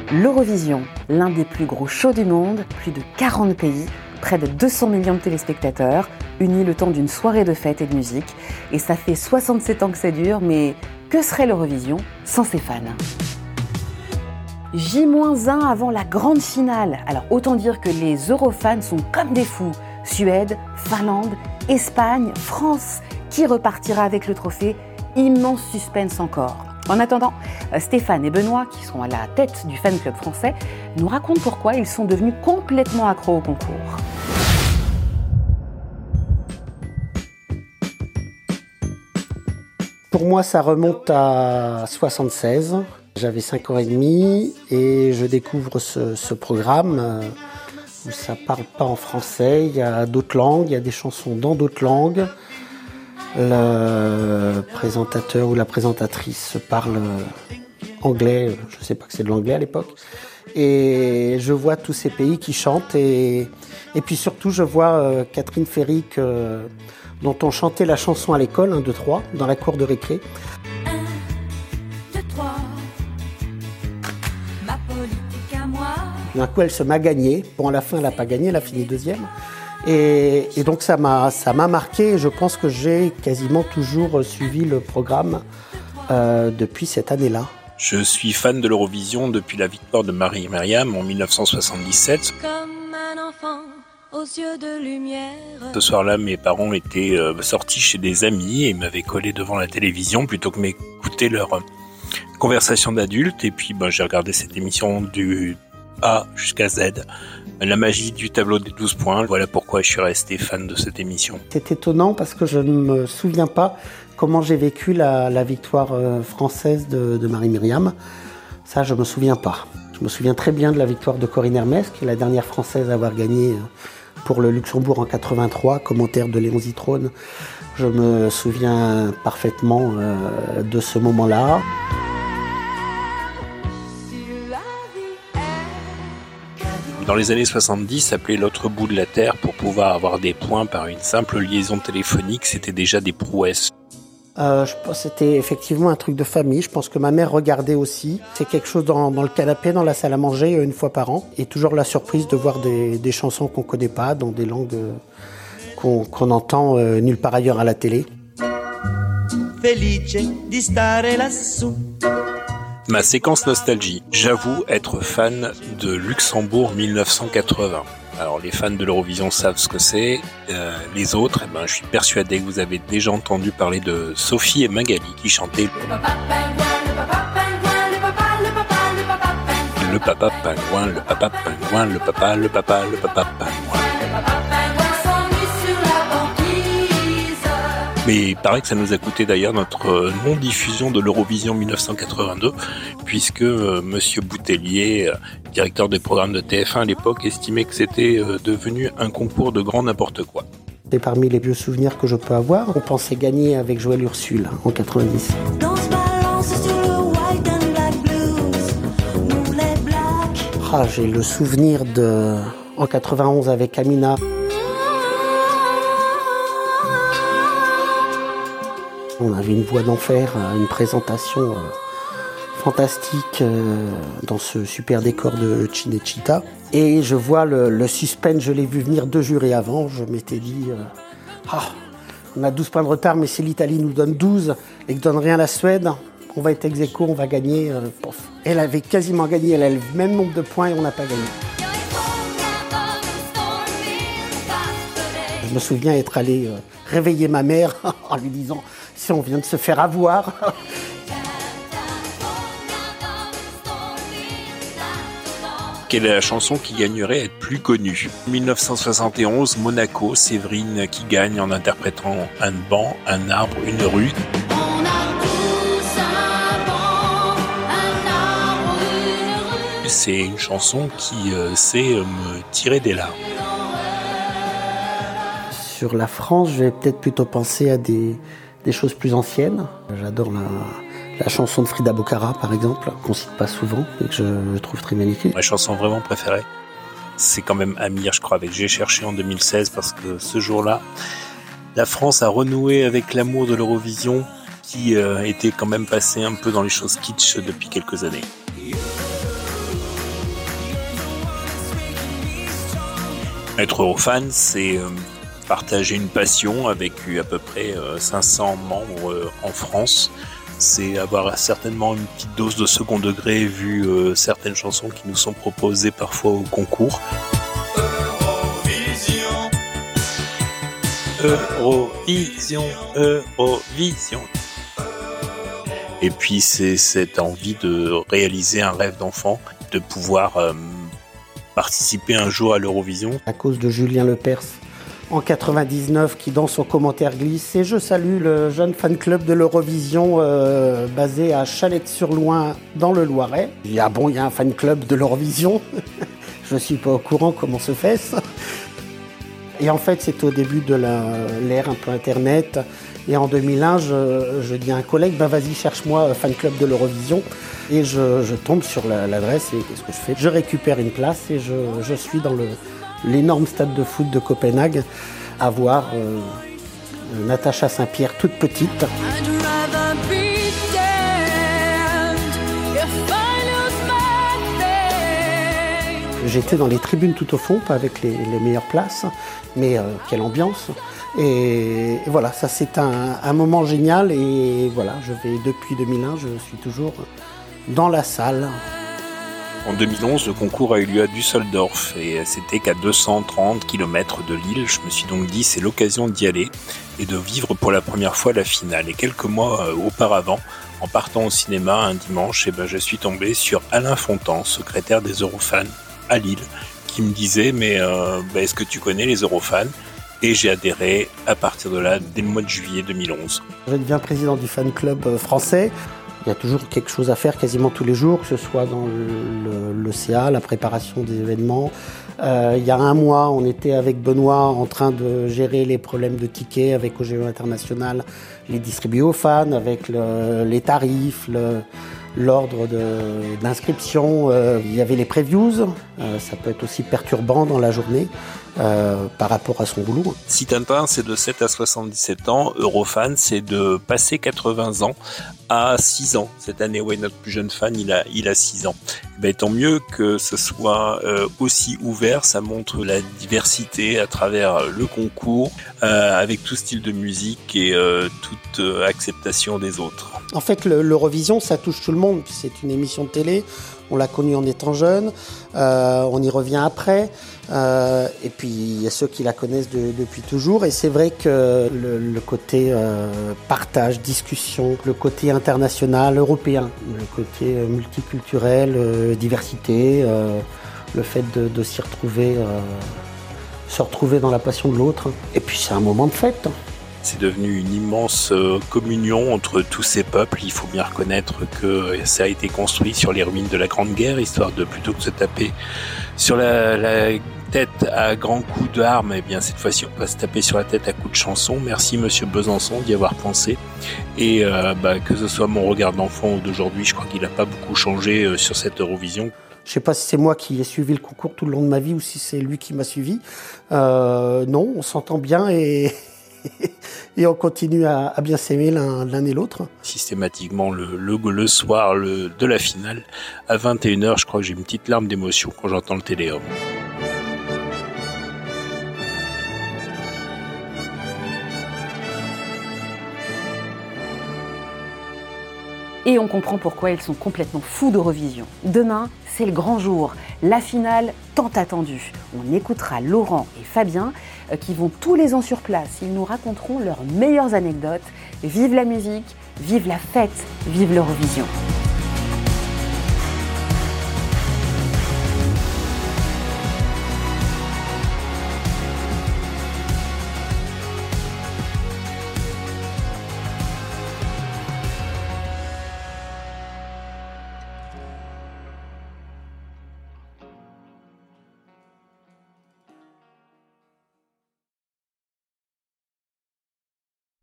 L'Eurovision, l'un des plus gros shows du monde, plus de 40 pays, près de 200 millions de téléspectateurs, unis le temps d'une soirée de fête et de musique. Et ça fait 67 ans que ça dure, mais que serait l'Eurovision sans ses fans ? J-1 avant la grande finale. Alors autant dire que les Eurofans sont comme des fous. Suède, Finlande, Espagne, France. Qui repartira avec le trophée ? Immense suspense encore. En attendant, Stéphane et Benoît, qui sont à la tête du fan club français, nous racontent pourquoi ils sont devenus complètement accros au concours. Pour moi, ça remonte à 76. J'avais 5 ans et demi et je découvre ce programme où ça ne parle pas en français. Il y a d'autres langues, il y a des chansons dans d'autres langues. Le présentateur ou la présentatrice parle anglais, je ne sais pas que c'est de l'anglais à l'époque. Et je vois tous ces pays qui chantent et puis surtout je vois Catherine Ferric dont on chantait la chanson à l'école, 1, 2, 3, dans la cour de récré. 1, 2, 3, ma politique à moi. D'un coup elle se m'a gagné. Bon à la fin elle n'a pas gagné, elle a fini deuxième. Et donc ça m'a marqué et je pense que j'ai quasiment toujours suivi le programme depuis cette année-là. Je suis fan de l'Eurovision depuis la victoire de Marie et Myriam en 1977. Comme un enfant aux yeux de lumière. Ce soir-là, mes parents étaient sortis chez des amis et m'avaient collé devant la télévision plutôt que m'écouter leur conversation d'adultes. Et puis j'ai regardé cette émission du A jusqu'à Z. La magie du tableau des 12 points. Voilà pourquoi je suis resté fan de cette émission. C'est étonnant parce que je ne me souviens pas comment j'ai vécu la victoire française de Marie-Myriam. Ça, je ne me souviens pas. Je me souviens très bien de la victoire de Corinne Hermès, qui est la dernière française à avoir gagné pour le Luxembourg en 83, commentaire de Léon Zitrone. Je me souviens parfaitement de ce moment-là. Dans les années 70, appeler l'autre bout de la Terre pour pouvoir avoir des points par une simple liaison téléphonique, c'était déjà des prouesses. Je pense que c'était effectivement un truc de famille. Je pense que ma mère regardait aussi. C'est quelque chose dans le canapé, dans la salle à manger, une fois par an. Et toujours la surprise de voir des chansons qu'on ne connaît pas, dans des langues qu'on entend nulle part ailleurs à la télé. Felice di stare lassù. Ma séquence nostalgie. J'avoue être fan de Luxembourg 1980. Alors les fans de l'Eurovision savent ce que c'est. Les autres, je suis persuadé que vous avez déjà entendu parler de Sophie et Magali qui chantaient Le papa pingouin, le papa pingouin, le papa pingouin. Mais il paraît que ça nous a coûté d'ailleurs notre non-diffusion de l'Eurovision 1982, puisque Monsieur Boutellier, directeur des programmes de TF1 à l'époque, estimait que c'était devenu un concours de grand n'importe quoi. C'est parmi les vieux souvenirs que je peux avoir. On pensait gagner avec Joël Ursule en 90. J'ai le souvenir en 91 avec Amina. On avait une voix d'enfer, une présentation fantastique dans ce super décor de Cinecittà. Et je vois le suspense, je l'ai vu venir 2 jurés avant. Je m'étais dit, on a 12 points de retard, mais si l'Italie nous donne 12 et que donne rien à la Suède, on va être ex-aequo, on va gagner. Elle avait quasiment gagné, elle a le même nombre de points et on n'a pas gagné. Je me souviens être allé réveiller ma mère en lui disant « si on vient de se faire avoir ». Quelle est la chanson qui gagnerait à être plus connue ? 1971, Monaco, Séverine qui gagne en interprétant un banc, un arbre, une rue. On a tous un banc, un arbre, une rue. C'est une chanson qui sait me tirer des larmes. Sur la France, je vais peut-être plutôt penser à des choses plus anciennes. J'adore la chanson de Frida Bocara, par exemple, qu'on cite pas souvent et que je trouve très magnifique. Ma chanson vraiment préférée, c'est quand même Amir, je crois, avec J'ai cherché en 2016, parce que ce jour-là, la France a renoué avec l'amour de l'Eurovision qui était quand même passé un peu dans les choses kitsch depuis quelques années. Être Eurofan, c'est partager une passion avec à peu près 500 membres en France. C'est avoir certainement une petite dose de second degré vu certaines chansons qui nous sont proposées parfois au concours. Eurovision, Eurovision. Et puis c'est cette envie de réaliser un rêve d'enfant, de pouvoir participer un jour à l'Eurovision. À cause de Julien Lepers en 99 qui dans son commentaire glisse « Et je salue le jeune fan club de l'Eurovision basé à Chalette-sur-Loing dans le Loiret ». Il dit « Ah bon, il y a un fan club de l'Eurovision ?» Je ne suis pas au courant comment se fait ça. Et en fait, c'est au début de l'ère un peu Internet. Et en 2001, je dis à un collègue, vas-y, cherche-moi fan club de l'Eurovision. Et je tombe sur l'adresse et qu'est-ce que je fais ? Je récupère une place et je suis dans l'énorme stade de foot de Copenhague à voir Natacha Saint-Pierre toute petite. J'étais dans les tribunes tout au fond, pas avec les meilleures places, mais quelle ambiance. Et voilà, ça c'est un moment génial et voilà, depuis 2001, je suis toujours dans la salle. En 2011, le concours a eu lieu à Düsseldorf et c'était qu'à 230 km de Lille. Je me suis donc dit c'est l'occasion d'y aller et de vivre pour la première fois la finale. Et quelques mois auparavant, en partant au cinéma un dimanche, je suis tombé sur Alain Fontan, secrétaire des Eurofans à Lille, qui me disait mais est-ce que tu connais les Eurofans ? Et j'ai adhéré à partir de là, dès le mois de juillet 2011. Je deviens président du fan club français. Il y a toujours quelque chose à faire quasiment tous les jours, que ce soit dans le CA, la préparation des événements. Il y a un mois, on était avec Benoît en train de gérer les problèmes de tickets avec OGE International, les distribuer aux fans, avec les tarifs, l'ordre d'inscription. Il y avait les previews. Ça peut être aussi perturbant dans la journée par rapport à son boulot. Si Tintin, c'est de 7 à 77 ans, Eurofan, c'est de passer 80 ans à 6 ans. Cette année, notre plus jeune fan, il a 6 ans. Tant mieux que ce soit aussi ouvert. Ça montre la diversité à travers le concours, avec tout style de musique et toute acceptation des autres. En fait, l'Eurovision, ça touche tout le monde. C'est une émission de télé. On l'a connue en étant jeune. On y revient après. Et puis, il y a ceux qui la connaissent depuis toujours. Et c'est vrai que le côté partage, discussion, le côté international, européen, le côté multiculturel, diversité, le fait de s'y retrouver, se retrouver dans la passion de l'autre. Et puis, c'est un moment de fête. C'est devenu une immense communion entre tous ces peuples. Il faut bien reconnaître que ça a été construit sur les ruines de la Grande Guerre, histoire de plutôt que de se taper sur la tête à grands coups d'armes, cette fois-ci on va se taper sur la tête à coups de chansons. Merci Monsieur Besançon d'y avoir pensé. Et que ce soit mon regard d'enfant ou d'aujourd'hui, je crois qu'il n'a pas beaucoup changé sur cette Eurovision. Je ne sais pas si c'est moi qui ai suivi le concours tout le long de ma vie ou si c'est lui qui m'a suivi. Non, on s'entend bien et on continue à bien s'aimer l'un et l'autre. Systématiquement, le soir de la finale, à 21h, je crois que j'ai une petite larme d'émotion quand j'entends le Téléhomme. Et on comprend pourquoi ils sont complètement fous d'Eurovision. Demain, c'est le grand jour, la finale tant attendue. On écoutera Laurent et Fabien qui vont tous les ans sur place. Ils nous raconteront leurs meilleures anecdotes. Vive la musique, vive la fête, vive l'Eurovision.